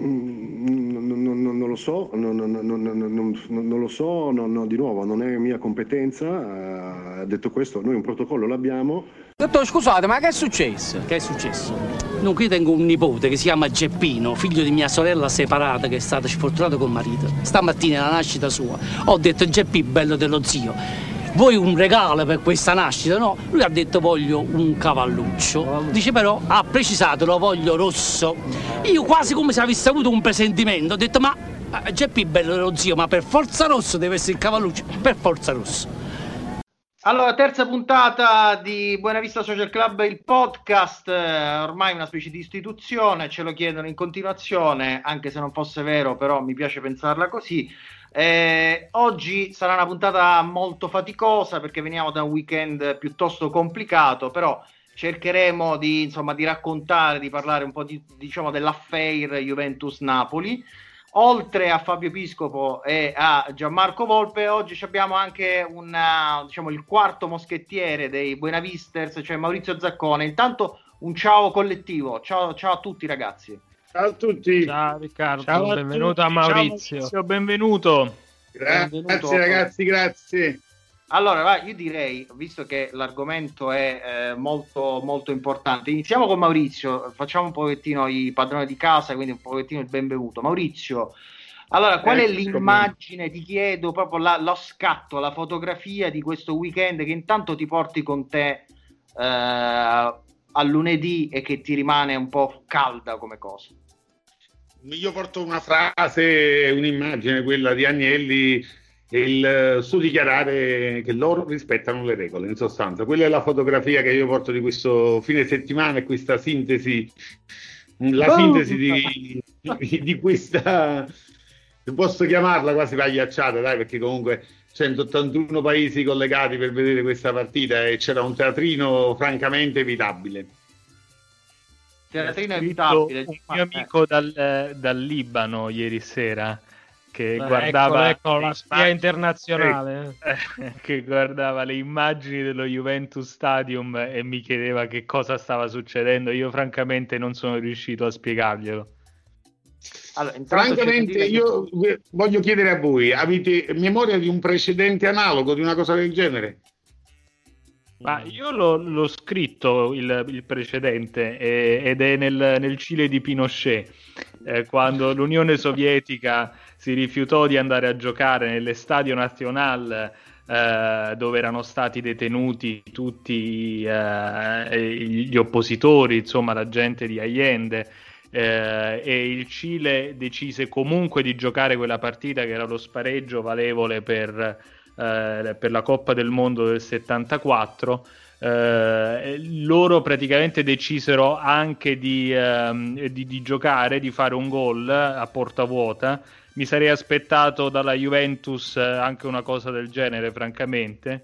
Non lo so, non lo so, di nuovo, non è mia competenza. Detto questo, noi un protocollo l'abbiamo. Dottore, scusate, ma che è successo? Che è successo? No, qui tengo un nipote che si chiama Geppino, figlio di mia sorella separata che è stata sfortunata col marito. Stamattina è la nascita sua. Ho detto, Geppi, bello dello zio, vuoi un regalo per questa nascita? No, lui ha detto voglio un cavalluccio. Dice però, ha precisato, lo voglio rosso. Io quasi come se avessi avuto un presentimento, ho detto ma Geppi bello dello zio, ma per forza rosso deve essere il cavalluccio, per forza rosso. Allora, terza puntata di Buena Vista Social Club, il podcast, ormai una specie di istituzione, ce lo chiedono in continuazione, anche se non fosse vero, però mi piace pensarla così. Oggi sarà una puntata molto faticosa perché veniamo da un weekend piuttosto complicato, però cercheremo di, insomma, di raccontare, di parlare un po' diciamo dell'affair Juventus-Napoli. Oltre a Fabio Piscopo e a Gianmarco Volpe, oggi abbiamo anche diciamo, il quarto moschettiere dei Buenavisters, cioè Maurizio Zaccone. Intanto un ciao collettivo, ciao a tutti ragazzi. Ciao a tutti. Ciao Riccardo, ciao benvenuto a Maurizio. Ciao, benvenuto. Grazie ragazzi, grazie. Allora, io direi, visto che l'argomento è molto molto importante, iniziamo con Maurizio, facciamo un pochettino i padroni di casa, quindi un pochettino il benvenuto. Maurizio, allora, qual è l'immagine, ti chiedo, proprio lo scatto, la fotografia di questo weekend che intanto ti porti con te a lunedì e che ti rimane un po' calda come cosa? Io porto una frase, un'immagine, quella di Agnelli, il suo dichiarare che loro rispettano le regole, in sostanza. Quella è la fotografia che io porto di questo fine settimana e questa sintesi, sintesi di questa, posso chiamarla quasi pagliacciata, dai, perché comunque 181 paesi collegati per vedere questa partita e c'era un teatrino francamente evitabile. Teatrino evitabile. Un mio amico dal Libano ieri sera che guardava ecco, la spia internazionale che guardava le immagini dello Juventus Stadium e mi chiedeva che cosa stava succedendo. Io francamente non sono riuscito a spiegarglielo. Allora, francamente io voglio chiedere a voi, avete memoria di un precedente analogo di una cosa del genere? Ma io l'ho scritto il precedente ed è nel Cile di Pinochet, quando l'Unione Sovietica si rifiutò di andare a giocare nell'Estadio Nacional dove erano stati detenuti tutti gli oppositori, insomma la gente di Allende, e il Cile decise comunque di giocare quella partita che era lo spareggio valevole per la Coppa del Mondo del 74. Loro praticamente decisero anche di giocare, di fare un gol a porta vuota. Mi sarei aspettato dalla Juventus anche una cosa del genere, francamente,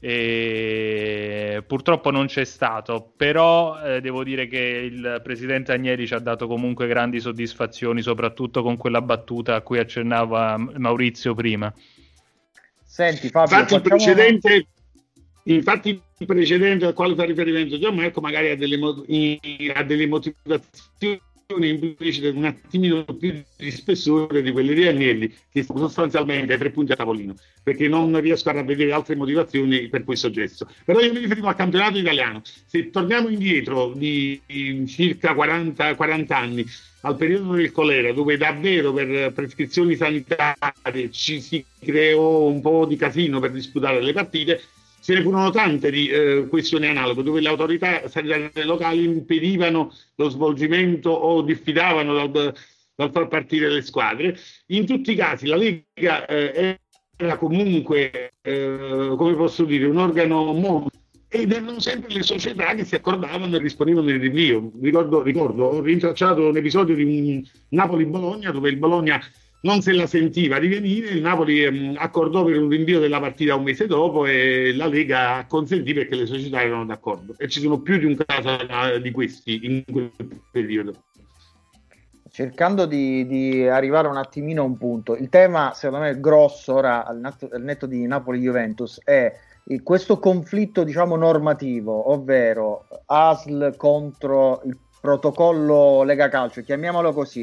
e purtroppo non c'è stato, però devo dire che il presidente Agnelli ci ha dato comunque grandi soddisfazioni, soprattutto con quella battuta a cui accennava Maurizio prima. Senti Fabio, infatti il precedente al quale fa riferimento Gianmarco magari ha delle motivazioni implicite un attimino più di spessore di quelle di Agnelli, che sostanzialmente è 3 punti a tavolino, perché non riesco a ravvedere altre motivazioni per questo gesto. Però io mi riferivo al campionato italiano. Se torniamo indietro di circa 40 anni al periodo del colera, dove davvero per prescrizioni sanitarie ci si creò un po' di casino per disputare le partite, ce ne furono tante di questioni analoghe, dove le autorità sanitarie locali impedivano lo svolgimento o diffidavano dal far partire le squadre. In tutti i casi la Lega era comunque, come posso dire, un organo molto, ed erano sempre le società che si accordavano e rispondevano il rinvio. Ricordo, ho rintracciato un episodio di un Napoli-Bologna, dove il Bologna non se la sentiva di venire, il Napoli accordò per un rinvio della partita un mese dopo e la Lega acconsentì perché le società erano d'accordo, e ci sono più di un caso di questi in quel periodo. Cercando di arrivare un attimino a un punto, il tema secondo me grosso ora al netto di Napoli-Juventus è questo conflitto, diciamo, normativo, ovvero ASL contro il protocollo Lega Calcio, chiamiamolo così.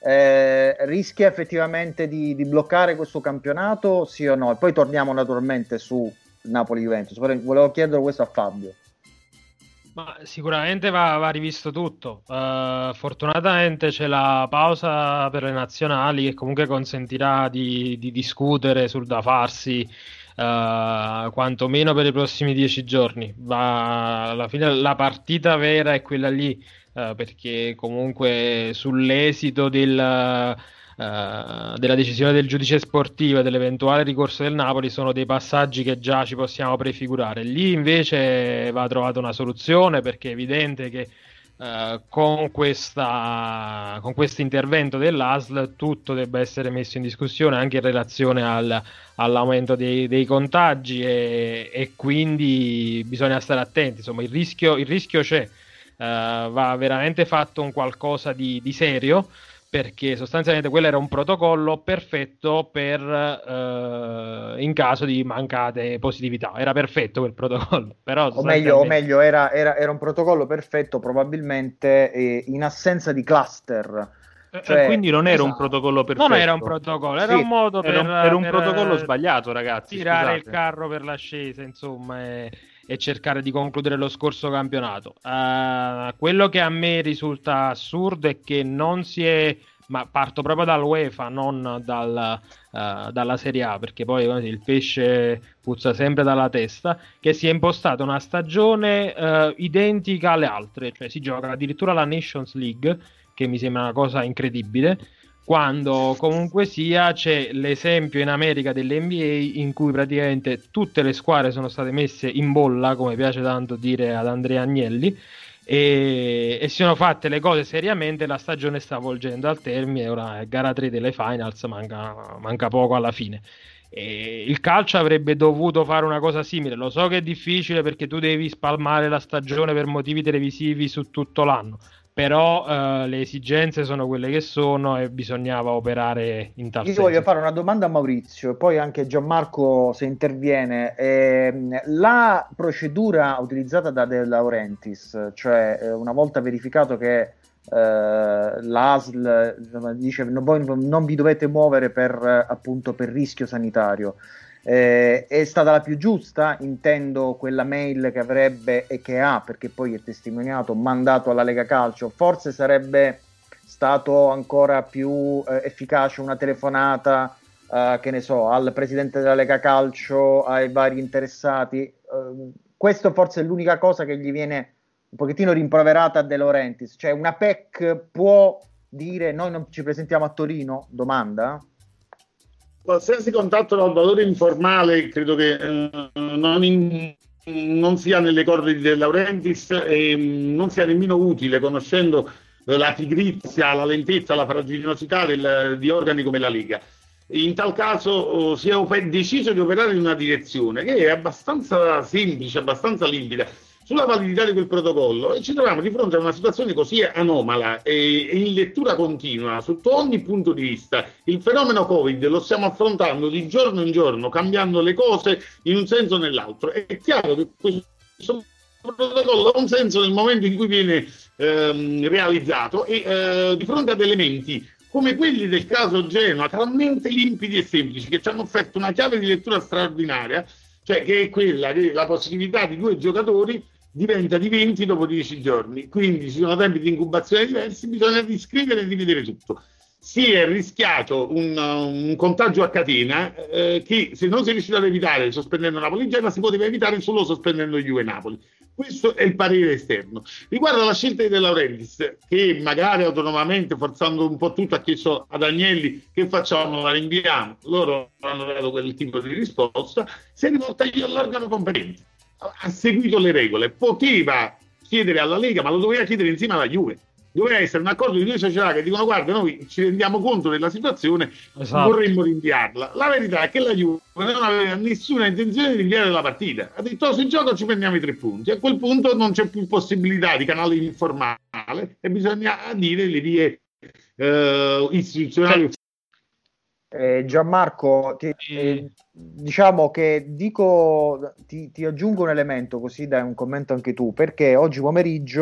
rischia effettivamente di bloccare questo campionato, sì o no? E poi torniamo naturalmente su Napoli-Juventus. Volevo chiedere questo a Fabio. Ma sicuramente va rivisto tutto. Fortunatamente c'è la pausa per le nazionali che comunque consentirà di discutere sul da farsi, quantomeno per i prossimi 10 giorni. Alla fine la partita vera è quella lì, perché comunque sull'esito della decisione del giudice sportivo e dell'eventuale ricorso del Napoli sono dei passaggi che già ci possiamo prefigurare. Lì invece va trovata una soluzione, perché è evidente che con questo intervento dell'ASL tutto debba essere messo in discussione anche in relazione all'aumento dei contagi, e quindi bisogna stare attenti. Insomma, il rischio c'è. Va veramente fatto un qualcosa di serio, perché sostanzialmente quello era un protocollo perfetto per in caso di mancate positività. Era perfetto quel protocollo, però o meglio era un protocollo perfetto probabilmente in assenza di cluster. Cioè, quindi non era un protocollo perfetto. Non era un protocollo, era un modo era un protocollo sbagliato, ragazzi. Tirare il carro per l'ascesa, insomma, e cercare di concludere lo scorso campionato. Quello che a me risulta assurdo è che non si è, ma parto proprio dall'UEFA, non dalla Serie A, perché poi il pesce puzza sempre dalla testa, che si è impostata una stagione identica alle altre, cioè si gioca addirittura la Nations League, che mi sembra una cosa incredibile, quando comunque sia c'è l'esempio in America dell'NBA in cui praticamente tutte le squadre sono state messe in bolla, come piace tanto dire ad Andrea Agnelli, e si sono fatte le cose seriamente. La stagione sta volgendo al termine, ora è gara 3 delle finals, manca poco alla fine. E il calcio avrebbe dovuto fare una cosa simile. Lo so che è difficile, perché tu devi spalmare la stagione per motivi televisivi su tutto l'anno, però le esigenze sono quelle che sono e bisognava operare in tal senso. Io voglio fare una domanda a Maurizio e poi anche Gianmarco se interviene. La procedura utilizzata da De Laurentiis, cioè una volta verificato che l'ASL dice voi non vi dovete muovere appunto per rischio sanitario, è stata la più giusta? Intendo quella mail che avrebbe e che ha, perché poi è testimoniato, mandato alla Lega Calcio. Forse sarebbe stato ancora più efficace una telefonata, che ne so, al presidente della Lega Calcio, ai vari interessati. Questo forse è l'unica cosa che gli viene un pochettino rimproverata a De Laurentiis. Cioè, una PEC può dire noi non ci presentiamo a Torino? Domanda? Qualsiasi contatto da un valore informale credo che non sia nelle corde di De Laurentiis e non sia nemmeno utile, conoscendo la pigrizia, la lentezza, la fraginosità di organi come la Lega. In tal caso si è deciso di operare in una direzione che è abbastanza semplice, abbastanza limpida sulla validità di quel protocollo, e ci troviamo di fronte a una situazione così anomala e in lettura continua sotto ogni punto di vista. Il fenomeno Covid lo stiamo affrontando di giorno in giorno, cambiando le cose in un senso o nell'altro. È chiaro che questo protocollo ha un senso nel momento in cui viene realizzato, e di fronte ad elementi come quelli del caso Genoa, talmente limpidi e semplici, che ci hanno offerto una chiave di lettura straordinaria, cioè che è quella che la possibilità di 2 giocatori diventa di 20 dopo 10 giorni, quindi ci sono tempi di incubazione diversi, bisogna riscrivere e rivedere tutto. Si è rischiato un contagio a catena che, se non si è riuscito ad evitare sospendendo Napoli-Genoa, si poteva evitare solo sospendendo Juve-Napoli. Questo è il parere esterno. Riguardo alla scelta di De Laurentiis, che magari autonomamente, forzando un po' tutto, ha chiesto ad Agnelli che facciamo, la rinviamo, loro hanno dato quel tipo di risposta, si è rivolta all'organo competente, ha seguito le regole, poteva chiedere alla Lega, ma lo doveva chiedere insieme alla Juve. Doveva essere un accordo di 2 società che dicono guarda, noi ci rendiamo conto della situazione, esatto, vorremmo rinviarla. La verità è che la Juve non aveva nessuna intenzione di rinviare la partita, ha detto se gioco ci prendiamo i 3 punti. A quel punto non c'è più possibilità di canale informale e bisogna dire le vie istituzionali. Gianmarco, diciamo che ti aggiungo un elemento, così dai un commento anche tu, perché oggi pomeriggio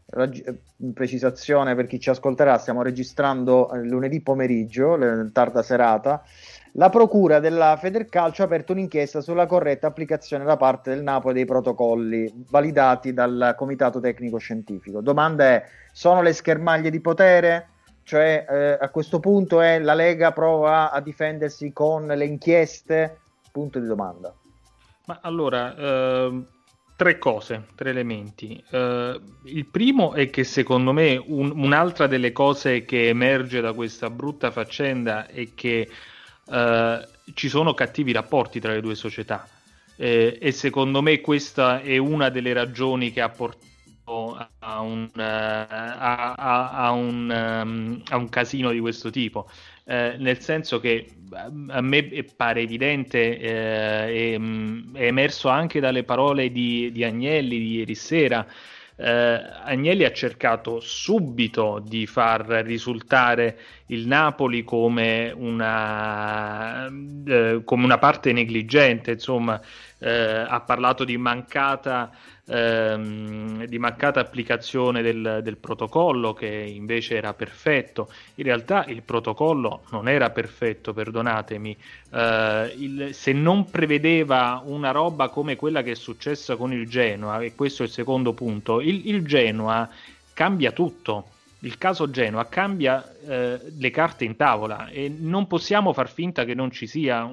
precisazione per chi ci ascolterà, stiamo registrando lunedì pomeriggio, tarda serata. La procura della Federcalcio ha aperto un'inchiesta sulla corretta applicazione da parte del Napoli dei protocolli validati dal Comitato Tecnico Scientifico. Domanda è: sono le schermaglie di potere? Cioè a questo punto la Lega prova a difendersi con le inchieste? Punto di domanda. Ma allora, tre elementi. Il primo è che secondo me un'altra delle cose che emerge da questa brutta faccenda è che ci sono cattivi rapporti tra le due società, e secondo me questa è una delle ragioni che ha portato a un casino di questo tipo, nel senso che a me pare evidente, è emerso anche dalle parole di Agnelli di ieri sera. Agnelli ha cercato subito di far risultare il Napoli come una parte negligente, insomma, ha parlato di mancata applicazione del protocollo, che invece era perfetto. In realtà il protocollo non era perfetto, perdonatemi, se non prevedeva una roba come quella che è successa con il Genoa, e questo è il secondo punto. Il Genoa cambia tutto. Il caso Genoa cambia le carte in tavola, e non possiamo far finta che non ci sia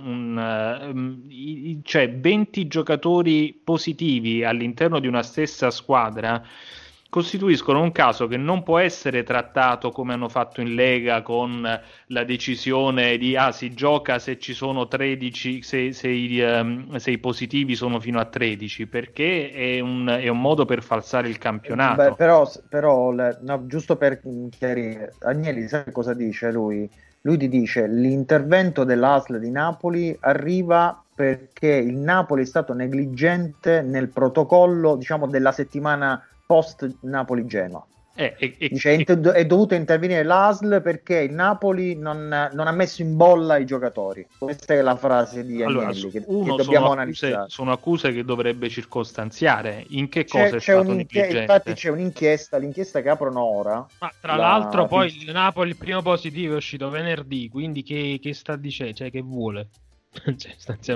cioè 20 giocatori positivi all'interno di una stessa squadra costituiscono un caso che non può essere trattato come hanno fatto in Lega, con la decisione di si gioca se ci sono 13, se i positivi sono fino a 13, perché è un modo per falsare il campionato. Però no, giusto per chiarire, Agnelli sai cosa dice lui? Lui ti dice: l'intervento dell'ASL di Napoli arriva perché il Napoli è stato negligente nel protocollo, diciamo, della settimana post Napoli-Genoa. Dice, è dovuto intervenire l'ASL perché il Napoli non ha messo in bolla i giocatori. Questa è la frase di Agnelli, che dobbiamo analizzare. Sono accuse che dovrebbe circostanziare. In che cosa è stato negligente? Infatti c'è l'inchiesta che aprono ora. Ma tra l'altro poi il Napoli, il primo positivo è uscito venerdì, quindi che sta dicendo? Cioè, che vuole? Cioè,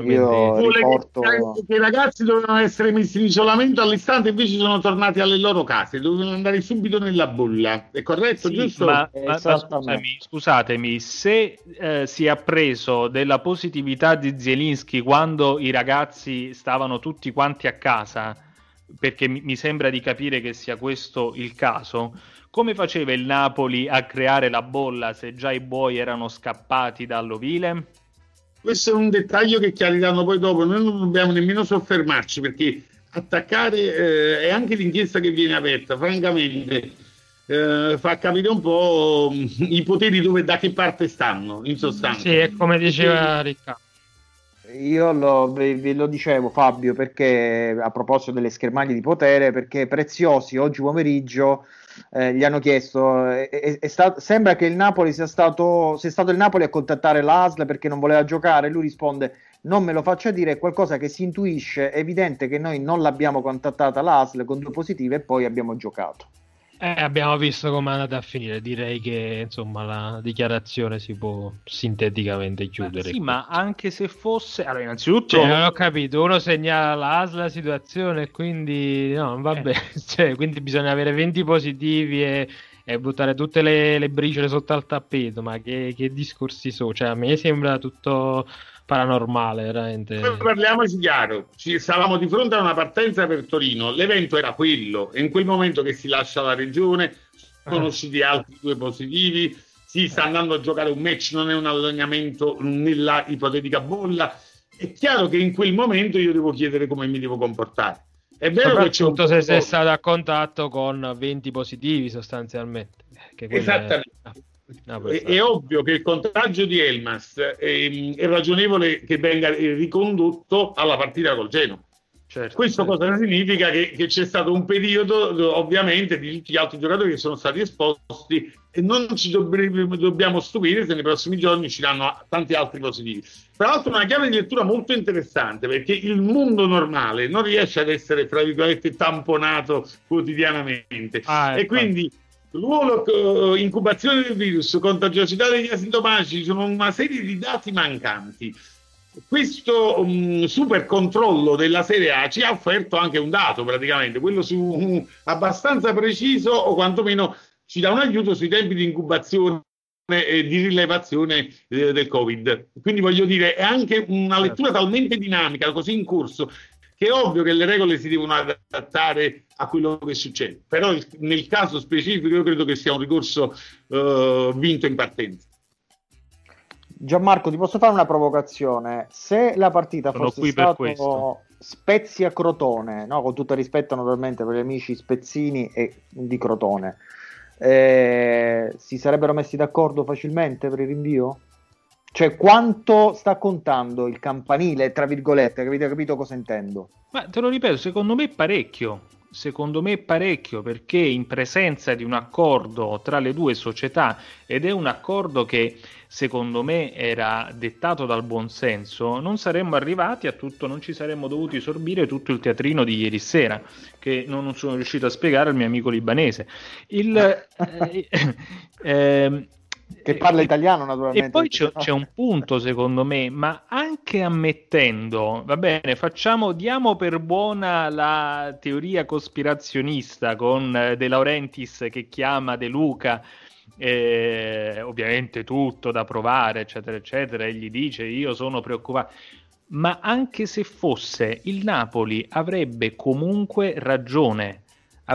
che i ragazzi dovevano essere messi in isolamento all'istante, invece sono tornati alle loro case, dovevano andare subito nella bolla, è corretto? Sì, giusto? Ma scusatemi, se si è appreso della positività di Zielinski quando i ragazzi stavano tutti quanti a casa, perché mi sembra di capire che sia questo il caso, come faceva il Napoli a creare la bolla se già i buoi erano scappati dall'ovile? Questo è un dettaglio che chiariranno poi dopo, noi non dobbiamo nemmeno soffermarci, perché attaccare è anche l'inchiesta che viene aperta, francamente fa capire un po' i poteri da che parte stanno, in sostanza. Sì, è come diceva Riccardo. Io ve lo dicevo, Fabio, perché a proposito delle schermaglie di potere, perché Preziosi oggi pomeriggio gli hanno chiesto, sembra che il Napoli sia stato il Napoli a contattare l'ASL perché non voleva giocare. Lui risponde: non me lo faccia dire, è qualcosa che si intuisce, è evidente che noi non l'abbiamo contattata l'ASL con 2 positive e poi abbiamo giocato. Abbiamo visto come è andata a finire. Direi che insomma la dichiarazione si può sinteticamente chiudere. Sì, ma anche se fosse, allora, innanzitutto non ho capito, uno segnala l'ASL la situazione e quindi no, va bene. Cioè, quindi bisogna avere 20 positivi e buttare tutte le briciole sotto al tappeto. Ma che discorsi sono? Cioè, a me sembra tutto paranormale, veramente. Parliamoci chiaro, stavamo di fronte a una partenza per Torino, l'evento era quello, è in quel momento che si lascia la regione, sono usciti altri 2 positivi, si sta andando a giocare un match, non è un allenamento nella ipotetica bolla. È chiaro che in quel momento io devo chiedere come mi devo comportare. È vero che c'è se sei stato a contatto con 20 positivi sostanzialmente. Esattamente. È ovvio che il contagio di Elmas è ragionevole che venga ricondotto alla partita col Genoa. Certo, Questo cosa significa? Che c'è stato un periodo ovviamente di tutti gli altri giocatori che sono stati esposti e non ci dobbiamo stupire se nei prossimi giorni ci saranno tanti altri positivi. Tra l'altro una chiave di lettura molto interessante, perché il mondo normale non riesce ad essere, tra virgolette, tamponato quotidianamente e quindi ruolo, incubazione del virus, contagiosità degli asintomatici, sono una serie di dati mancanti. Questo super controllo della Serie A ci ha offerto anche un dato, praticamente quello abbastanza preciso, o quantomeno ci dà un aiuto sui tempi di incubazione e di rilevazione del Covid. Quindi voglio dire, è anche una lettura talmente dinamica, così in corso, che è ovvio che le regole si devono adattare a quello che succede. Però nel caso specifico io credo che sia un ricorso vinto in partenza. Gianmarco, ti posso fare una provocazione? Se la partita Sono fosse qui stato Spezia-Crotone, no? Con tutto il rispetto naturalmente per gli amici spezzini e di Crotone, si sarebbero messi d'accordo facilmente per il rinvio? Cioè, quanto sta contando il campanile, tra virgolette, avete capito cosa intendo? Ma te lo ripeto, secondo me parecchio, perché in presenza di un accordo tra le due società, ed è un accordo che secondo me era dettato dal buonsenso, non saremmo arrivati a tutto, non ci saremmo dovuti sorbire tutto il teatrino di ieri sera, che non sono riuscito a spiegare al mio amico libanese. Che parla italiano naturalmente. E poi c'è un punto secondo me, ma anche ammettendo, va bene, diamo per buona la teoria cospirazionista con De Laurentiis che chiama De Luca, ovviamente tutto da provare eccetera eccetera, e gli dice io sono preoccupato, ma anche se fosse, il Napoli avrebbe comunque ragione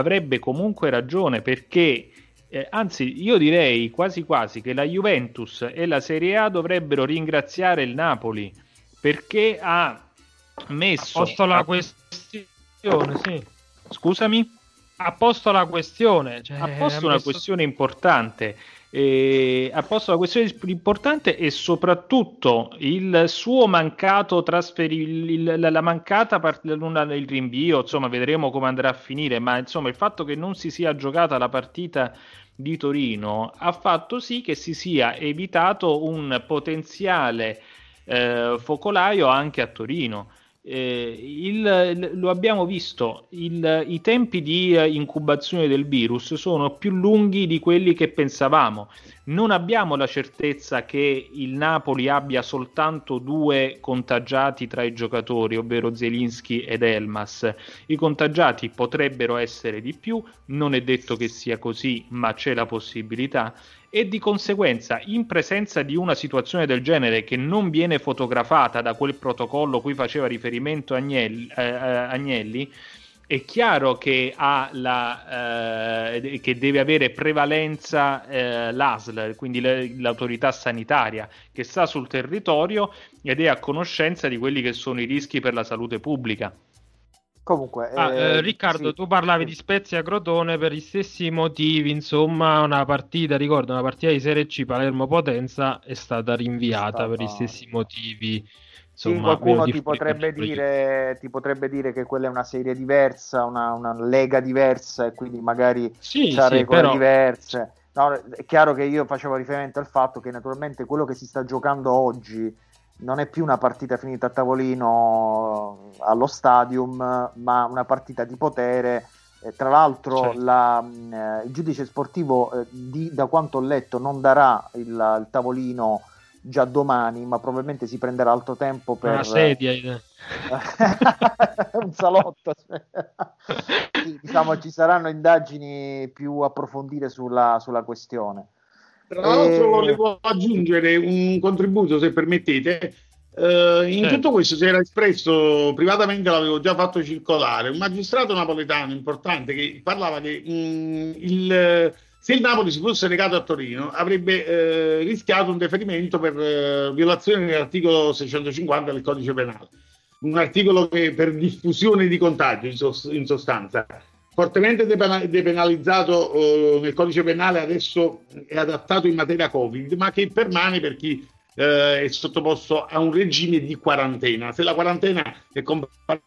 perché anzi, io direi quasi quasi che la Juventus e la Serie A dovrebbero ringraziare il Napoli perché ha messo a posto la questione, sì. Scusami? A posto la questione, cioè, a posto una questione importante. Ha posto la questione importante e soprattutto il suo mancato la mancata il rinvio, insomma vedremo come andrà a finire, ma insomma il fatto che non si sia giocata la partita di Torino ha fatto sì che si sia evitato un potenziale focolaio anche a Torino. Lo abbiamo visto, i tempi di incubazione del virus sono più lunghi di quelli che pensavamo. Non abbiamo la certezza che il Napoli abbia soltanto 2 contagiati tra i giocatori, ovvero Zielinski ed Elmas. I contagiati potrebbero essere di più, non è detto che sia così, ma c'è la possibilità. E di conseguenza, in presenza di una situazione del genere che non viene fotografata da quel protocollo cui faceva riferimento Agnelli, è chiaro che che deve avere prevalenza l'ASL, quindi l'autorità sanitaria che sta sul territorio ed è a conoscenza di quelli che sono i rischi per la salute pubblica. Comunque, Riccardo, sì. tu parlavi di Spezia Crotone per gli stessi motivi, insomma, una partita di Serie C Palermo-Potenza è stata rinviata per gli stessi motivi. Sì, Insomma, qualcuno ti potrebbe dire che quella è una serie diversa, una lega diversa e quindi magari c'ha regole diverse. No, è chiaro che io facevo riferimento al fatto che naturalmente quello che si sta giocando oggi non è più una partita finita a tavolino allo stadium, ma una partita di potere. Tra l'altro il giudice sportivo, da quanto ho letto, non darà il tavolino già domani, ma probabilmente si prenderà altro tempo per una sedia. Un salotto. Diciamo, ci saranno indagini più approfondite sulla questione. Tra l'altro volevo aggiungere un contributo, se permettete. In tutto questo si era espresso privatamente, l'avevo già fatto circolare, un magistrato napoletano importante che parlava che se il Napoli si fosse recato a Torino avrebbe rischiato un deferimento per violazione dell'articolo 650 del codice penale, un articolo che per diffusione di contagio in sostanza fortemente depenalizzato nel codice penale, adesso è adattato in materia Covid, ma che permane per chi è sottoposto a un regime di quarantena. Se la quarantena è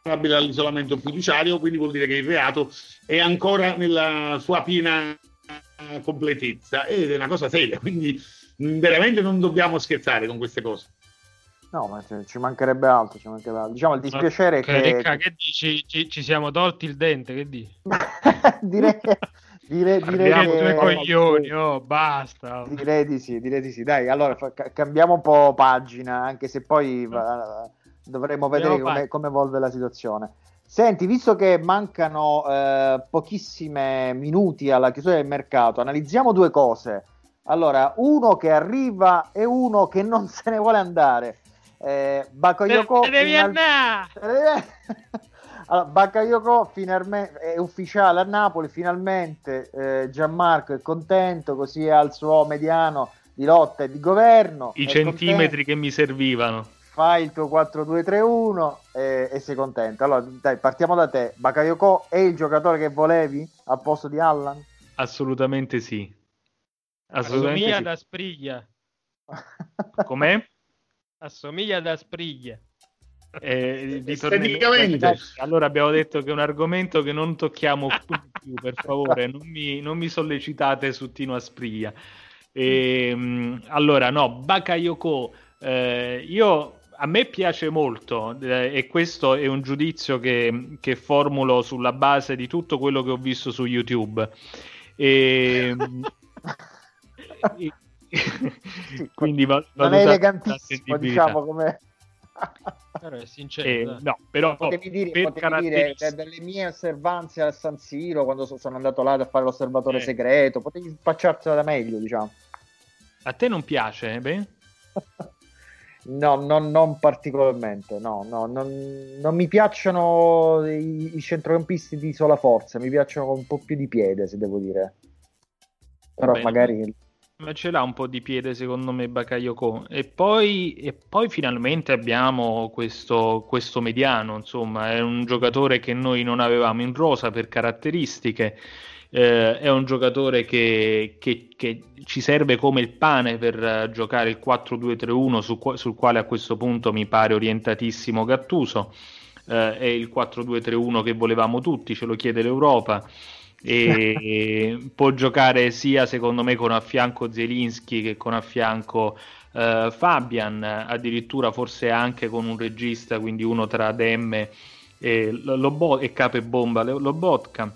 paragonabile all'isolamento fiduciario, quindi vuol dire che il reato è ancora nella sua piena completezza ed è una cosa seria, quindi veramente non dobbiamo scherzare con queste cose. No, ma ci mancherebbe altro, Diciamo, il dispiacere è che dici? Ci siamo tolti il dente, che dici? direi due coglioni, basta. Direi di sì. Dai, allora cambiamo un po' pagina, anche se poi dovremo vedere come evolve la situazione. Senti, visto che mancano pochissimi minuti alla chiusura del mercato, analizziamo due cose. Allora, uno che arriva e uno che non se ne vuole andare. Bakayoko devi andare! Allora, Bakayoko finalmente è ufficiale a Napoli, finalmente Gianmarco è contento, così ha il suo mediano di lotta e di governo. I centimetri che mi servivano. Fai il tuo 4-2-3-1 e sei contento. Allora, dai, partiamo da te. Bakayoko è il giocatore che volevi al posto di Allan? Assolutamente sì. Assomiglia ad Aspriglia. Com'è? Assomiglia ad Aspriglia. Esteticamente. Allora abbiamo detto che è un argomento che non tocchiamo più, per favore, non mi sollecitate su Tino Aspriglia. Allora, no, Bakayoko, a me piace molto e questo è un giudizio che formulo sulla base di tutto quello che ho visto su YouTube. Quindi non è elegantissimo, diciamo, come però è sincero, no, però potevi dire dalle mie osservanze al San Siro quando sono andato là a fare l'osservatore segreto, potevi spacciartela da meglio, diciamo. A te non piace? No, non particolarmente, non mi piacciono i centrocampisti di sola forza, mi piacciono con un po' più di piede, se devo dire. Però magari... Ma ce l'ha un po' di piede secondo me Bakayoko e poi finalmente abbiamo questo mediano, insomma è un giocatore che noi non avevamo in rosa per caratteristiche, è un giocatore che ci serve come il pane per giocare il 4-2-3-1 sul quale a questo punto mi pare orientatissimo Gattuso, è il 4-2-3-1 che volevamo tutti, ce lo chiede l'Europa. E può giocare sia secondo me con a fianco Zielinski che con a fianco Fabian, addirittura forse anche con un regista, quindi uno tra Demme e Cape Bomba Lobotka.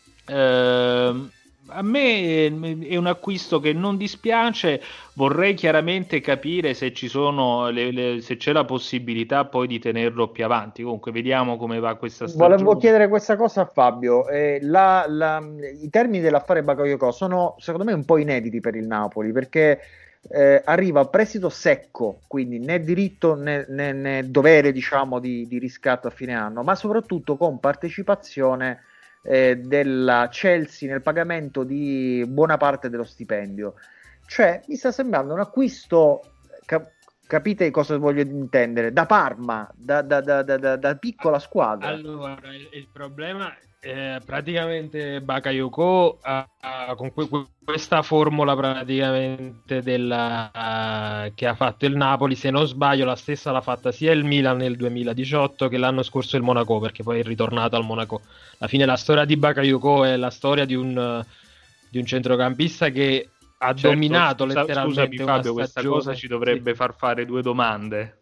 A me è un acquisto che non dispiace, vorrei chiaramente capire se ci sono se c'è la possibilità poi di tenerlo più avanti. Comunque vediamo come va questa stagione. Volevo chiedere questa cosa a Fabio, i termini dell'affare Bakayoko sono secondo me un po' inediti per il Napoli, perché arriva a prestito secco, quindi né diritto né dovere, diciamo, di riscatto a fine anno, ma soprattutto con partecipazione della Chelsea nel pagamento di buona parte dello stipendio. Cioè mi sta sembrando un acquisto, capite cosa voglio intendere, da Parma, da piccola squadra. Allora il problema praticamente Bakayoko con questa formula praticamente che ha fatto il Napoli, se non sbaglio la stessa l'ha fatta sia il Milan nel 2018 che l'anno scorso il Monaco, perché poi è ritornato al Monaco. Alla fine la storia di Bakayoko è la storia di un centrocampista che ha dominato letteralmente. Scusami Fabio, questa cosa ci dovrebbe far fare due domande.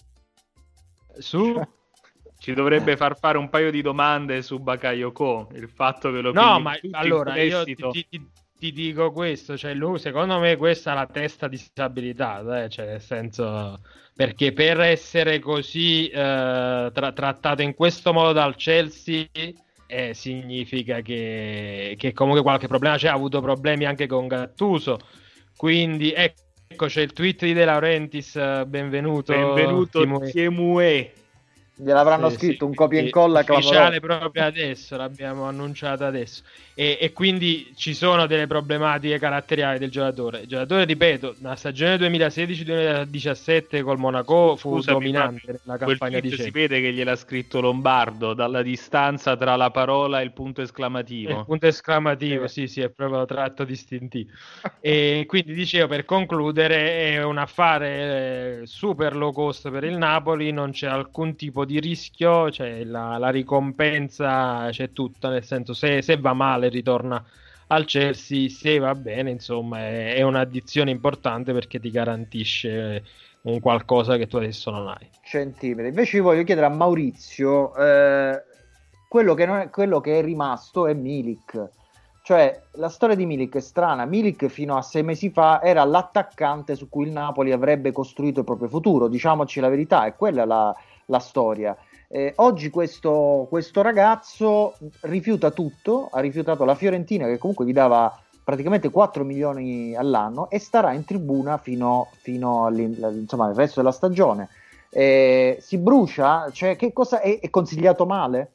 Ci dovrebbe far fare un paio di domande su Bakayoko, il fatto che lo allora io ti dico questo, cioè lui, secondo me questa è la testa di stabilità, cioè nel senso, perché per essere così trattato in questo modo dal Chelsea significa che comunque qualche problema c'è, ha avuto problemi anche con Gattuso, quindi ecco c'è il tweet di De Laurentiis, benvenuto Tiemue. Gliel'avranno scritto un copia e incolla ufficiale proprio adesso, l'abbiamo annunciato adesso, e quindi ci sono delle problematiche caratteriali del giocatore. Il giocatore, ripeto, la stagione 2016-2017 col Monaco fu dominante nella campagna di si vede che gliel'ha scritto Lombardo dalla distanza tra la parola e il punto esclamativo. Il punto esclamativo, sì, è proprio tratto distintivo. E quindi dicevo, per concludere, è un affare super low cost per il Napoli, non c'è alcun tipo di rischio, cioè la ricompensa c'è tutta, nel senso se va male ritorna al Chelsea, se va bene insomma è un'addizione importante perché ti garantisce un qualcosa che tu adesso non hai. Centimetri. Invece vi voglio chiedere a Maurizio, quello che è rimasto è Milik. Cioè, la storia di Milik è strana. Milik fino a 6 mesi fa era l'attaccante su cui il Napoli avrebbe costruito il proprio futuro, diciamoci la verità, è quella la storia. Oggi questo ragazzo rifiuta tutto, ha rifiutato la Fiorentina che comunque gli dava praticamente 4 milioni all'anno e starà in tribuna fino al resto della stagione. Si brucia? Cioè, che cosa è consigliato male?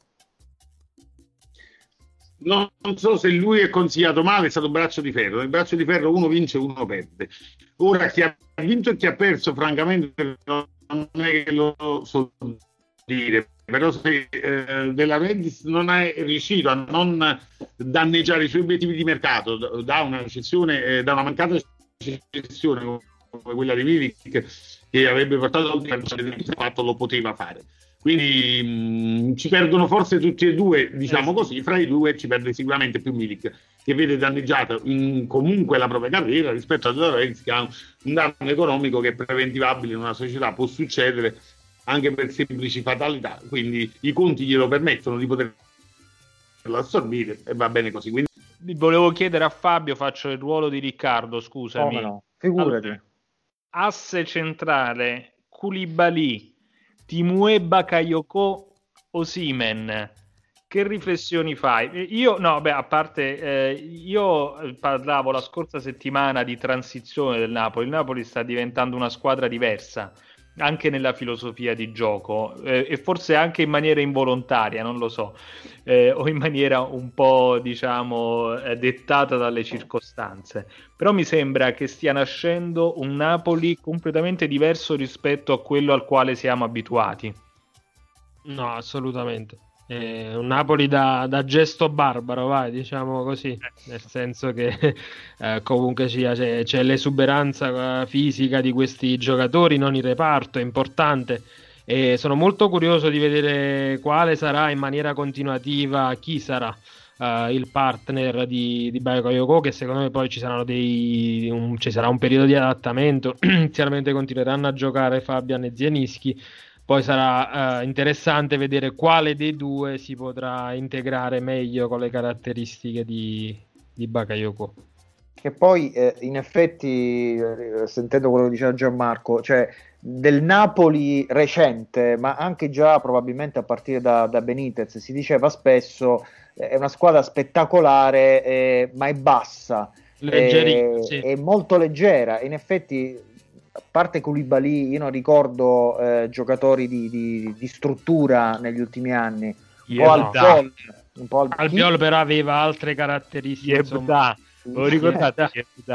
Non so se lui è consigliato male, è stato braccio di ferro. Nel braccio di ferro uno vince, uno perde. Ora chi ha vinto e chi ha perso, francamente, non è che lo so dire. Però se della Redis non è riuscito a non danneggiare i suoi obiettivi di mercato da una cessione, da una mancata cessione come quella di Milik che avrebbe portato il fatto, lo poteva fare. Quindi ci perdono forse tutti e due, diciamo così, fra i due ci perde sicuramente più Milik, che vede danneggiato comunque la propria carriera rispetto a De Laurentiis, che ha un danno economico che è preventivabile in una società, può succedere anche per semplici fatalità, quindi i conti glielo permettono di poterlo assorbire e va bene così. Quindi volevo chiedere a Fabio, faccio il ruolo di Riccardo, scusami. No, figurati. Allora, asse centrale, Koulibaly, Timue Bakayoko, Osimhen, che riflessioni fai? Io parlavo la scorsa settimana di transizione del Napoli. Il Napoli sta diventando una squadra diversa anche nella filosofia di gioco e forse anche in maniera involontaria, non lo so, o in maniera un po' diciamo dettata dalle circostanze, però mi sembra che stia nascendo un Napoli completamente diverso rispetto a quello al quale siamo abituati. No, assolutamente. Un Napoli da gesto barbaro, vai, diciamo così, nel senso che comunque c'è l'esuberanza fisica di questi giocatori, non il reparto, è importante, e sono molto curioso di vedere quale sarà in maniera continuativa, chi sarà il partner di Bakayoko, che secondo me poi ci sarà un periodo di adattamento. Inizialmente continueranno a giocare Fabian e Zielinski. Poi sarà interessante vedere quale dei due si potrà integrare meglio con le caratteristiche di Bakayoko. Che poi in effetti, sentendo quello che diceva Gianmarco, cioè del Napoli recente, ma anche già probabilmente a partire da Benitez, si diceva spesso è una squadra spettacolare, ma è bassa, sì. È molto leggera. In effetti, a parte Koulibaly, io non ricordo giocatori di struttura negli ultimi anni. Un po' Albiol però aveva altre caratteristiche. Yebda, lo ricordate?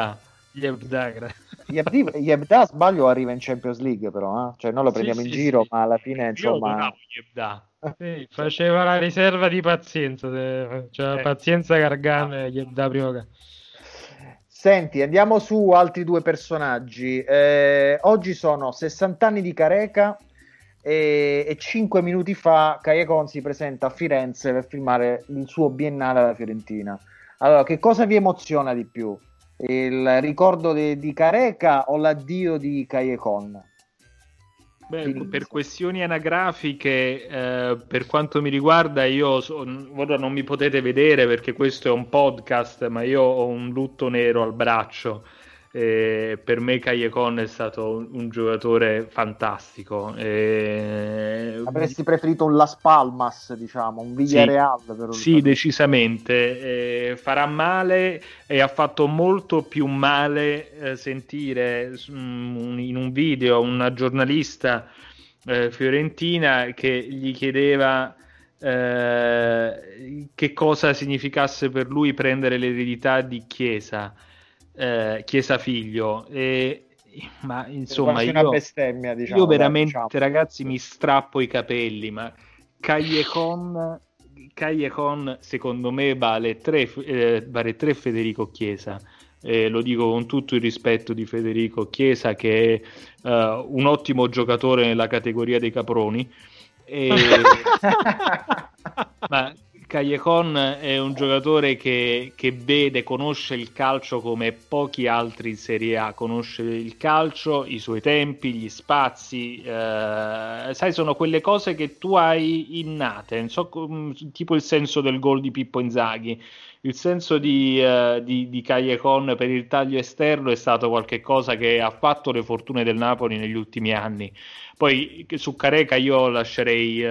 Yebda, sbaglio, arriva in Champions League però, cioè noi lo prendiamo in giro, ma alla fine insomma faceva la riserva di pazienza, pazienza Gargan e Yebda prima. Senti, andiamo su altri due personaggi. Oggi sono 60 anni di Careca e 5 minuti fa Callejon si presenta a Firenze per filmare il suo biennale alla Fiorentina. Allora, che cosa vi emoziona di più? Il ricordo di Careca o l'addio di Callejon? Per questioni anagrafiche, per quanto mi riguarda, ora non mi potete vedere perché questo è un podcast, ma io ho un lutto nero al braccio. Per me Callejon è stato un giocatore fantastico. Avresti preferito un Las Palmas, diciamo, un Villarreal? Sì, decisamente. Farà male e ha fatto molto più male sentire in un video una giornalista fiorentina che gli chiedeva che cosa significasse per lui prendere l'eredità di Chiesa figlio, ma insomma una bestemmia, diciamo, io veramente ragazzi mi strappo i capelli, ma Callejon secondo me vale tre Federico Chiesa, lo dico con tutto il rispetto di Federico Chiesa, che è un ottimo giocatore nella categoria dei caproni, Ma Callejon è un giocatore che vede, conosce il calcio come pochi altri in Serie A, conosce il calcio, i suoi tempi, gli spazi, sai, sono quelle cose che tu hai innate, non so, tipo il senso del gol di Pippo Inzaghi. Il senso di Callejon per il taglio esterno è stato qualche cosa che ha fatto le fortune del Napoli negli ultimi anni. Poi su Careca io lascerei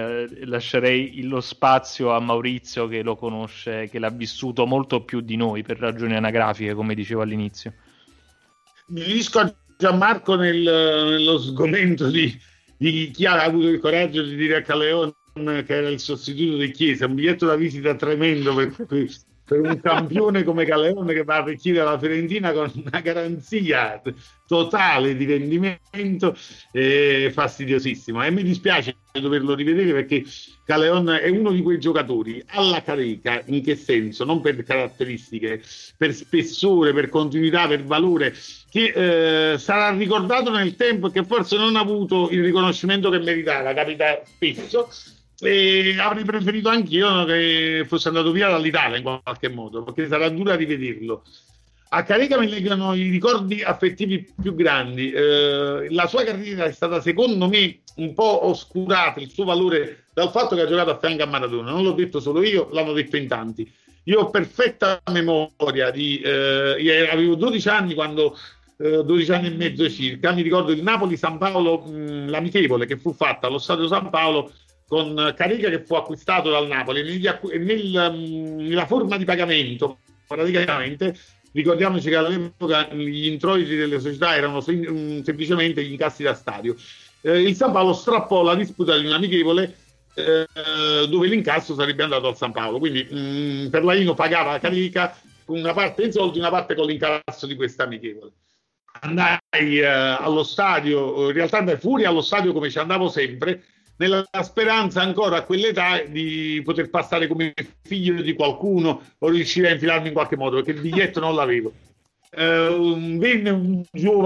lo spazio a Maurizio, che lo conosce, che l'ha vissuto molto più di noi per ragioni anagrafiche, come dicevo all'inizio. Mi unisco a Gianmarco nello sgomento di chi ha avuto il coraggio di dire a Callejon che era il sostituto di Chiesa, un biglietto da visita tremendo per un campione come Callejon, che va a arricchire la Fiorentina con una garanzia totale di rendimento, fastidiosissimo. E mi dispiace doverlo rivedere, perché Callejon è uno di quei giocatori alla Careca. In che senso? Non per caratteristiche, per spessore, per continuità, per valore, che sarà ricordato nel tempo e che forse non ha avuto il riconoscimento che meritava. Capita spesso. E avrei preferito anch'io che fosse andato via dall'Italia in qualche modo, perché sarà dura rivederlo. A Careca mi legano i ricordi affettivi più grandi. La sua carriera è stata, secondo me, un po' oscurata, il suo valore, dal fatto che ha giocato a fianco a Maradona. Non l'ho detto solo io, l'hanno detto in tanti. Io ho perfetta memoria avevo 12 anni quando 12 anni e mezzo circa, mi ricordo il Napoli-San Paolo, l'amichevole che fu fatta allo Stadio San Paolo, con Careca che fu acquistato dal Napoli nella forma di pagamento. Praticamente ricordiamoci che all'epoca gli introiti delle società erano semplicemente gli incassi da stadio. Il San Paolo strappò la disputa di un amichevole dove l'incasso sarebbe andato al San Paolo, quindi Perlaino pagava Careca una parte in soldi, una parte con l'incasso di questa amichevole. Andai allo stadio, in realtà andai fuori allo stadio come ci andavo sempre, nella speranza ancora a quell'età di poter passare come figlio di qualcuno o riuscire a infilarmi in qualche modo, perché il biglietto non l'avevo. Venne un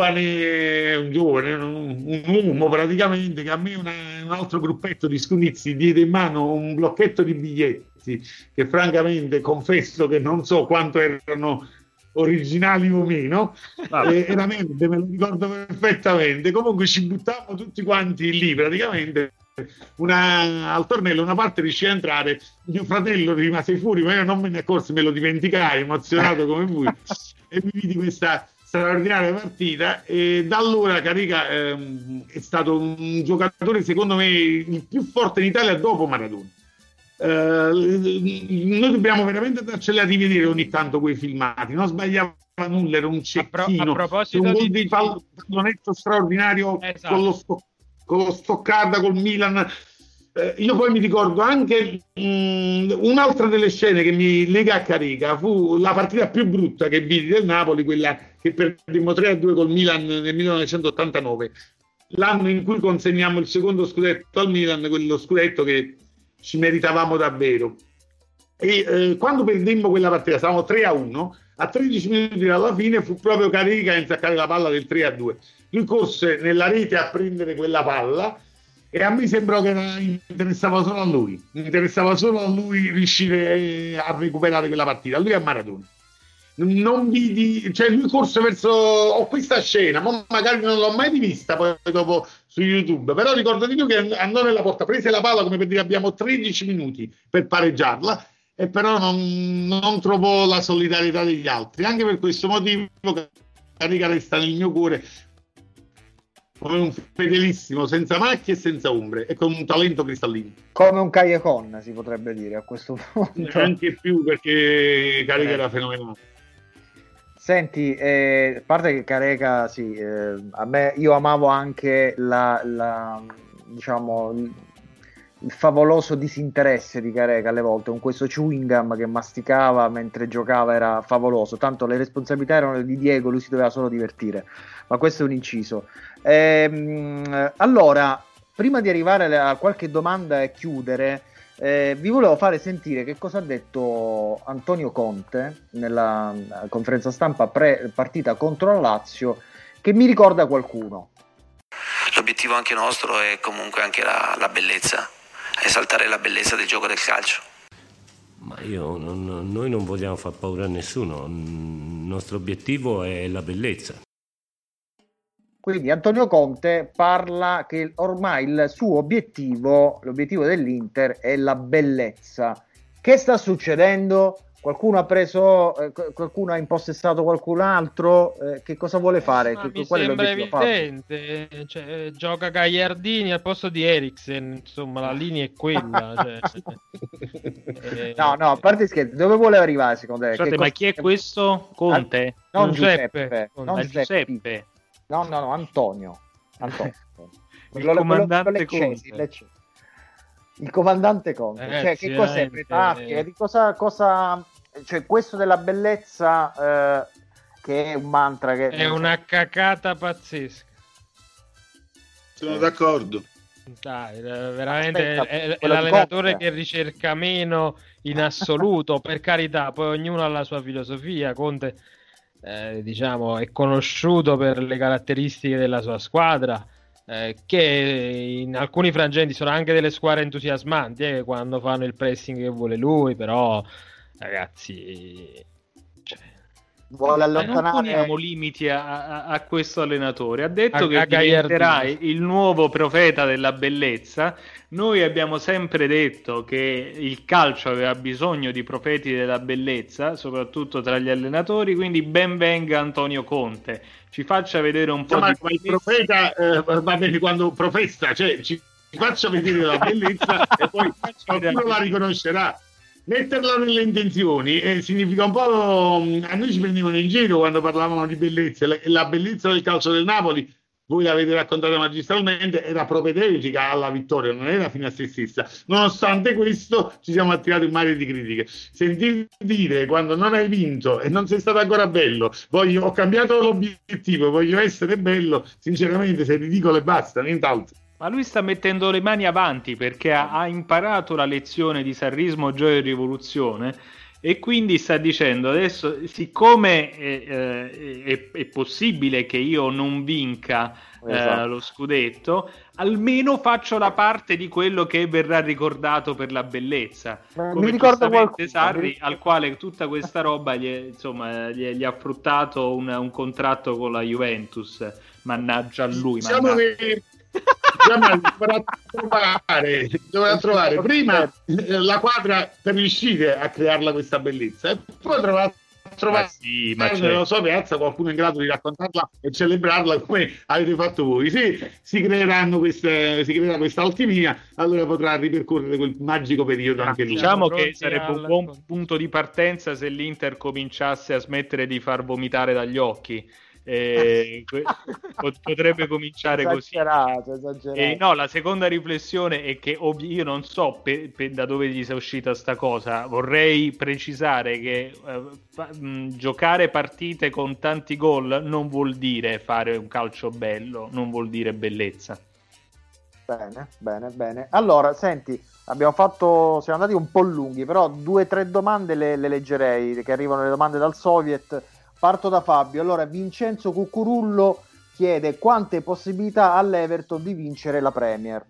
uomo praticamente, che a me un altro gruppetto di scunizzi diede in mano un blocchetto di biglietti che francamente confesso che non so quanto erano originali o meno, veramente me lo ricordo perfettamente. Comunque ci buttammo tutti quanti lì praticamente. Al tornello una parte riuscì a entrare, mio fratello rimase fuori, ma io non me ne accorsi, me lo dimenticai, emozionato come fui, e mi vidi questa straordinaria partita. E da allora Careca è stato un giocatore, secondo me, il più forte in Italia dopo Maradona. Noi dobbiamo veramente darceli a rivedere ogni tanto quei filmati, non sbagliava nulla, era un cecchino, a proposito un gol di pallonetto straordinario, esatto, con lo Stoccarda, col Milan. Io poi mi ricordo anche un'altra delle scene che mi lega a Careca fu la partita più brutta che vidi del Napoli, quella che perdemmo 3-2 col Milan nel 1989, l'anno in cui consegnammo il secondo scudetto al Milan, quello scudetto che ci meritavamo davvero. E quando perdemmo quella partita, stavamo 3-1, a 13 minuti dalla fine fu proprio Careca a insaccare la palla del 3-2. Lui corse nella rete a prendere quella palla e a me sembrò che interessava solo a lui riuscire a recuperare quella partita, a lui e a Maradona. Non vidi, cioè lui corse verso, ho questa scena, ma magari non l'ho mai vista poi dopo su YouTube, però ricordo di lui che andò nella porta, prese la palla come per dire abbiamo 13 minuti per pareggiarla, e però non trovò la solidarietà degli altri. Anche per questo motivo Careca resta nel mio cuore come un fedelissimo, senza macchie e senza ombre, e con un talento cristallino. Come un Callejon, si potrebbe dire a questo punto. Anche più, perché Careca era fenomenale. Senti, a parte che Careca, sì, a me, io amavo anche diciamo, il favoloso disinteresse di Careca alle volte, con questo chewing gum che masticava mentre giocava, era favoloso. Tanto le responsabilità erano di Diego, lui si doveva solo divertire. Ma questo è un inciso. Allora, prima di arrivare a qualche domanda e chiudere, vi volevo fare sentire che cosa ha detto Antonio Conte nella conferenza stampa pre-partita contro la Lazio, che mi ricorda qualcuno. L'obiettivo anche nostro è comunque anche la bellezza esaltare la bellezza del gioco del calcio. Ma noi non vogliamo far paura a nessuno, il nostro obiettivo è la bellezza. Quindi Antonio Conte parla che ormai il suo obiettivo, l'obiettivo dell'Inter, è la bellezza. Che sta succedendo? Qualcuno ha preso, qualcuno ha impossessato qualcun altro? Che cosa vuole fare? Mi Qual è sembra l'obiettivo? evidente, cioè, gioca Gagliardini al posto di Eriksen, insomma la linea è quella. No, a parte scherzi, dove vuole arrivare secondo te? Scusate, ma chi è questo? Conte? Non Giuseppe. Giuseppe. No, Antonio. Il comandante Conte. Conte. Il comandante Conte. Cioè, che cos'è? Di cosa... Cioè, questo della bellezza, che è un mantra che... È una cacata pazzesca. Sono d'accordo. Dai, veramente Aspetta, è l'allenatore che ricerca meno in assoluto, per carità, poi ognuno ha la sua filosofia. Conte diciamo è conosciuto per le caratteristiche della sua squadra, che in alcuni frangenti sono anche delle squadre entusiasmanti, quando fanno il pressing che vuole lui, però ragazzi, vuole non allontanare... poniamo limiti a questo allenatore. Ha detto che Gagliardini diventerà il nuovo profeta della bellezza. Noi abbiamo sempre detto che il calcio aveva bisogno di profeti della bellezza, soprattutto tra gli allenatori, quindi ben venga Antonio Conte, ci faccia vedere un po' di il profeta va bene quando professa, cioè ci faccia vedere la bellezza e poi qualcuno la riconoscerà. Metterla nelle intenzioni significa un po'... A noi ci prendevano in giro quando parlavano di bellezza. La bellezza del calcio del Napoli, voi l'avete raccontata magistralmente, era propedeutica alla vittoria, non era fine a se stessa. Nonostante questo ci siamo attirati un mare di critiche. Sentir dire quando non hai vinto e non sei stato ancora bello, ho cambiato l'obiettivo, voglio essere bello, sinceramente sei ridicolo e basta, nient'altro. Ma lui sta mettendo le mani avanti perché ha imparato la lezione di Sarrismo, Gioia e Rivoluzione, e quindi sta dicendo adesso, siccome è possibile che io non vinca lo scudetto, almeno faccio la parte di quello che verrà ricordato per la bellezza. Come giustamente Sarri, al quale tutta questa roba gli ha fruttato un contratto con la Juventus. Mannaggia a lui. Dovrà trovare prima la quadra per riuscire a crearla questa bellezza e poi trovare nella sua piazza qualcuno in grado di raccontarla e celebrarla come avete fatto voi. Se si creerà questa alchimia, allora potrà ripercorrere quel magico periodo anche lui. Diciamo che sarebbe un buon punto di partenza se l'Inter cominciasse a smettere di far vomitare dagli occhi. Potrebbe cominciare esagerato. No, la seconda riflessione è che io non so da dove gli sia uscita sta cosa. Vorrei precisare che giocare partite con tanti gol non vuol dire fare un calcio bello, non vuol dire bellezza. Bene. Allora, senti, siamo andati un po' lunghi, però 2 o 3 domande le leggerei, che arrivano le domande dal Soviet. Parto da Fabio. Allora, Vincenzo Cucurullo chiede quante possibilità all'Everton di vincere la Premier.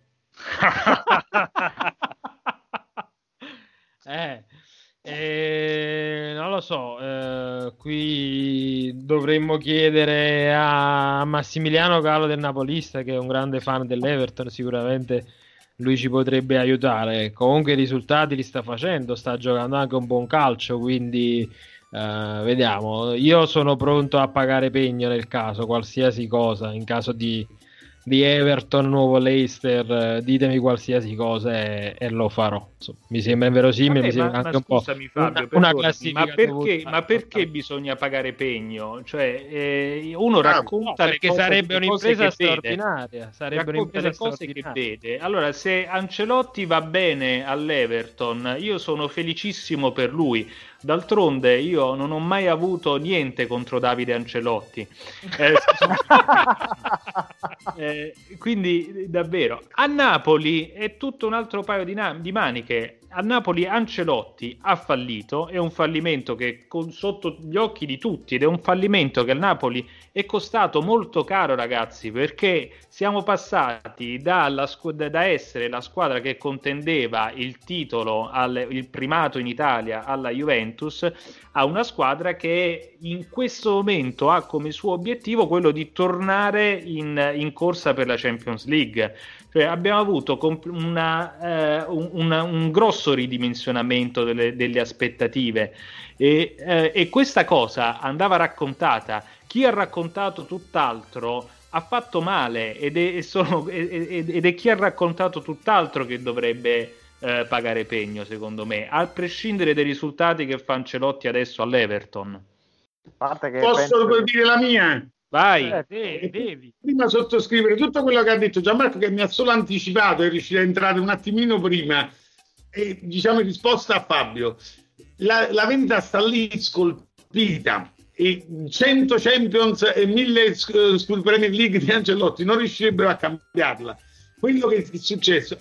Non lo so, qui dovremmo chiedere a Massimiliano Gallo del Napolista, che è un grande fan dell'Everton, sicuramente lui ci potrebbe aiutare. Comunque i risultati li sta facendo, sta giocando anche un buon calcio, quindi vediamo. Io sono pronto a pagare pegno nel caso, qualsiasi cosa, in caso di Everton, nuovo Leicester, ditemi qualsiasi cosa e lo farò. Insomma, mi sembra inverosimile, mi sembra anche un po' Fabio, una classifica. Ma perché bisogna pagare pegno? Cioè, uno racconta perché sarebbe un'impresa straordinaria, racconta le cose che vede. Allora, se Ancelotti va bene all'Everton, io sono felicissimo per lui. D'altronde io non ho mai avuto niente contro Davide Ancelotti. Quindi davvero, a Napoli è tutto un altro paio di maniche. A Napoli Ancelotti ha fallito, è un fallimento che sotto gli occhi di tutti, ed è un fallimento che al Napoli è costato molto caro, ragazzi, perché siamo passati da essere la squadra che contendeva il titolo, il primato in Italia alla Juventus, a una squadra che in questo momento ha come suo obiettivo quello di tornare in corsa per la Champions League. Cioè, abbiamo avuto un grosso ridimensionamento delle aspettative e questa cosa andava raccontata. Chi ha raccontato tutt'altro ha fatto male ed è chi ha raccontato tutt'altro che dovrebbe pagare pegno, secondo me, a prescindere dai risultati che fa Ancelotti adesso all'Everton. Posso dire la mia? Vai, devi. Prima sottoscrivere tutto quello che ha detto Gianmarco, che mi ha solo anticipato e riuscire a entrare un attimino prima, e diciamo in risposta a Fabio. La vendita sta lì scolpita, e 100 Champions e 1000 Premier League di Ancelotti non riuscirebbero a cambiarla. Quello che è successo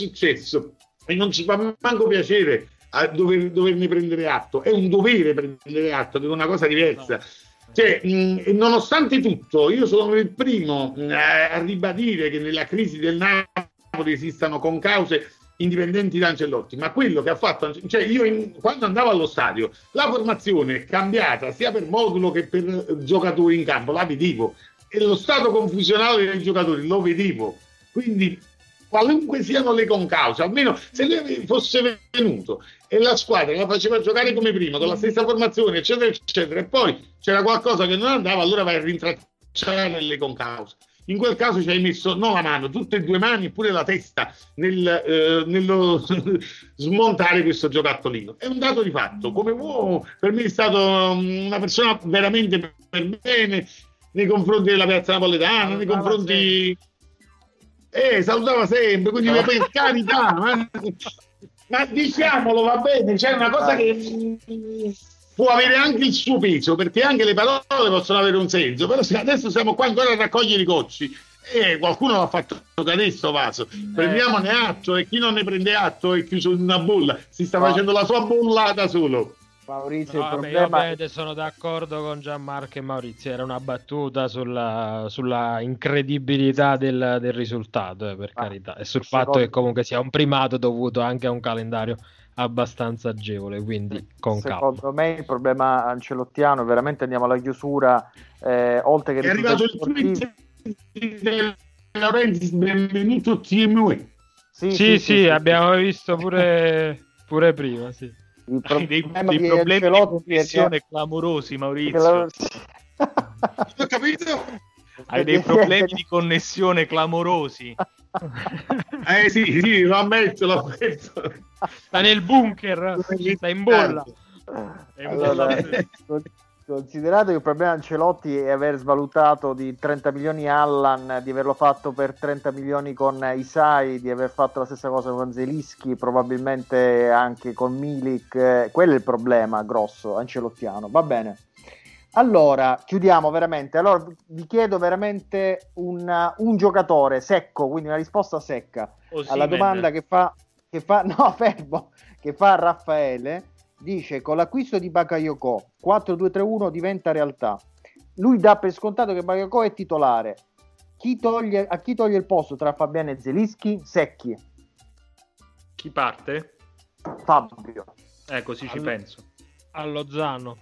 e non ci fa manco piacere a doverne prendere atto, è un dovere prendere atto, che è una cosa diversa. Cioè, nonostante tutto, io sono il primo a ribadire che nella crisi del Napoli esistano concause indipendenti da Ancelotti, ma quello che ha fatto, cioè io quando andavo allo stadio, la formazione è cambiata sia per modulo che per giocatori in campo, la vedevo, e lo stato confusionale dei giocatori lo vedevo, quindi qualunque siano le concause, almeno se lui fosse venuto e la squadra la faceva giocare come prima, con la stessa formazione, eccetera, eccetera, e poi c'era qualcosa che non andava, allora vai a rintracciare le concause. In quel caso ci hai messo non la mano, tutte e due mani, pure la testa nello smontare questo giocattolino. È un dato di fatto. Come uomo, per me è stato una persona veramente per bene nei confronti della piazza napoletana, nei confronti... salutava sempre, quindi per carità, ma diciamolo, va bene, c'è una cosa che può avere anche il suo peso, perché anche le parole possono avere un senso, però adesso siamo qua ancora a raccogliere i cocci e qualcuno l'ha fatto cadere sto vaso, prendiamone atto, e chi non ne prende atto è chiuso in una bolla, si sta facendo la sua bolla da solo. Maurizio, no, il problema... io sono d'accordo con Gianmarco e Maurizio, era una battuta sulla incredibilità del risultato, per carità, e sul fatto che comunque sia un primato dovuto anche a un calendario abbastanza agevole, quindi con calma. Secondo me il problema ancelottiano, veramente andiamo alla chiusura, oltre che è arrivato il tweet di Laurenti, benvenuto TMU. Sì, abbiamo visto pure prima, sì. Hai dei problemi di connessione clamorosi, Maurizio. Ho capito? Hai dei problemi di connessione clamorosi. Sì, lo ammetto. Sta nel bunker, sta in bolla. Allora, considerato che il problema Ancelotti è aver svalutato di 30 milioni Allan, di averlo fatto per 30 milioni con Isai, di aver fatto la stessa cosa con Zelinski, probabilmente anche con Milik, quello è il problema grosso ancelottiano. Va bene, allora chiudiamo veramente. Allora vi chiedo veramente un giocatore secco, quindi una risposta secca alla domanda che fa Raffaele. Dice: con l'acquisto di Bakayoko 4-2-3-1 diventa realtà. Lui dà per scontato che Bakayoko è titolare. A chi toglie il posto tra Fabiano e Zelinski? Secchi. Chi parte? Fabio. Così ci penso. A Lozano.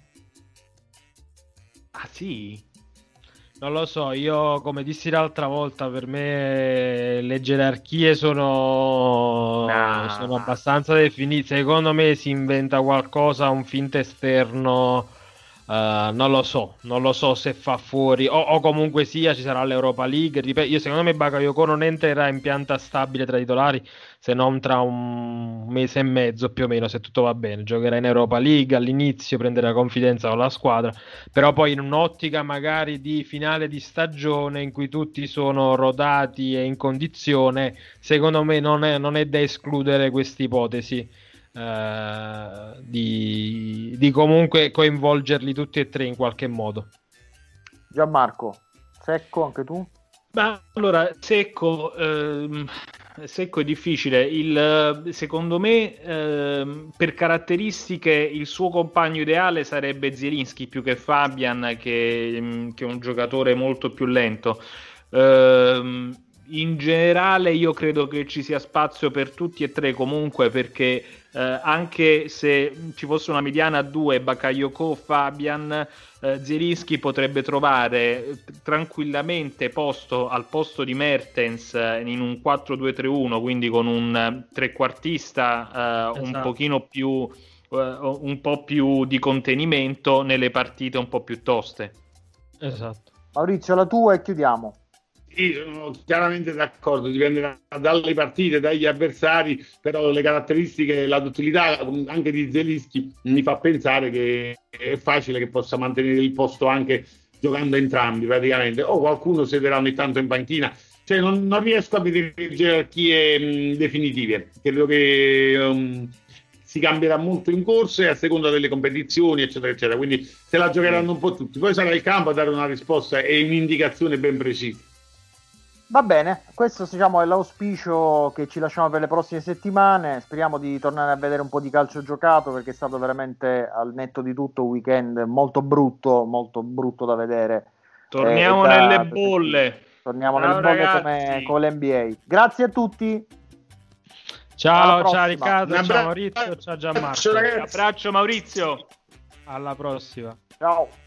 Ah sì? Non lo so, io come dissi l'altra volta, per me le gerarchie sono abbastanza definite. Secondo me si inventa qualcosa, un finto esterno, non lo so se fa fuori o comunque sia, ci sarà l'Europa League. Ripeto, secondo me Bakayoko non entrerà in pianta stabile tra i titolari se non tra un mese e mezzo più o meno, se tutto va bene. Giocherà in Europa League all'inizio, prenderà confidenza con la squadra, però poi in un'ottica magari di finale di stagione in cui tutti sono rodati e in condizione, secondo me non è da escludere questa ipotesi. di comunque coinvolgerli tutti e tre in qualche modo. Gianmarco, secco anche tu? Beh, allora, secco è difficile. Secondo me, per caratteristiche, il suo compagno ideale sarebbe Zielinski più che Fabian, che è un giocatore molto più lento. In generale, io credo che ci sia spazio per tutti e tre comunque, perché anche se ci fosse una mediana a 2, Bakayoko, Fabian, Zielinski potrebbe trovare tranquillamente posto al posto di Mertens in un 4-2-3-1, quindi con un trequartista un pochino più un po' più di contenimento nelle partite un po' più toste. Esatto. Maurizio, la tua e chiudiamo. Io sono chiaramente d'accordo, dipende dalle partite, dagli avversari, però le caratteristiche, la duttilità anche di Zielinski mi fa pensare che è facile che possa mantenere il posto anche giocando entrambi praticamente, o qualcuno sederà ogni tanto in panchina, cioè non riesco a vedere gerarchie definitive, credo che si cambierà molto in corsa e a seconda delle competizioni eccetera eccetera, quindi se la giocheranno un po' tutti, poi sarà il campo a dare una risposta e un'indicazione ben precisa. Va bene, questo diciamo è l'auspicio che ci lasciamo per le prossime settimane. Speriamo di tornare a vedere un po' di calcio giocato, perché è stato veramente, al netto di tutto, un weekend molto brutto da vedere. Torniamo nelle bolle. Torniamo nelle bolle come con l'NBA. Grazie a tutti. Ciao Riccardo, ciao Maurizio, ciao Gianmarco. Un abbraccio Maurizio. Alla prossima. Ciao.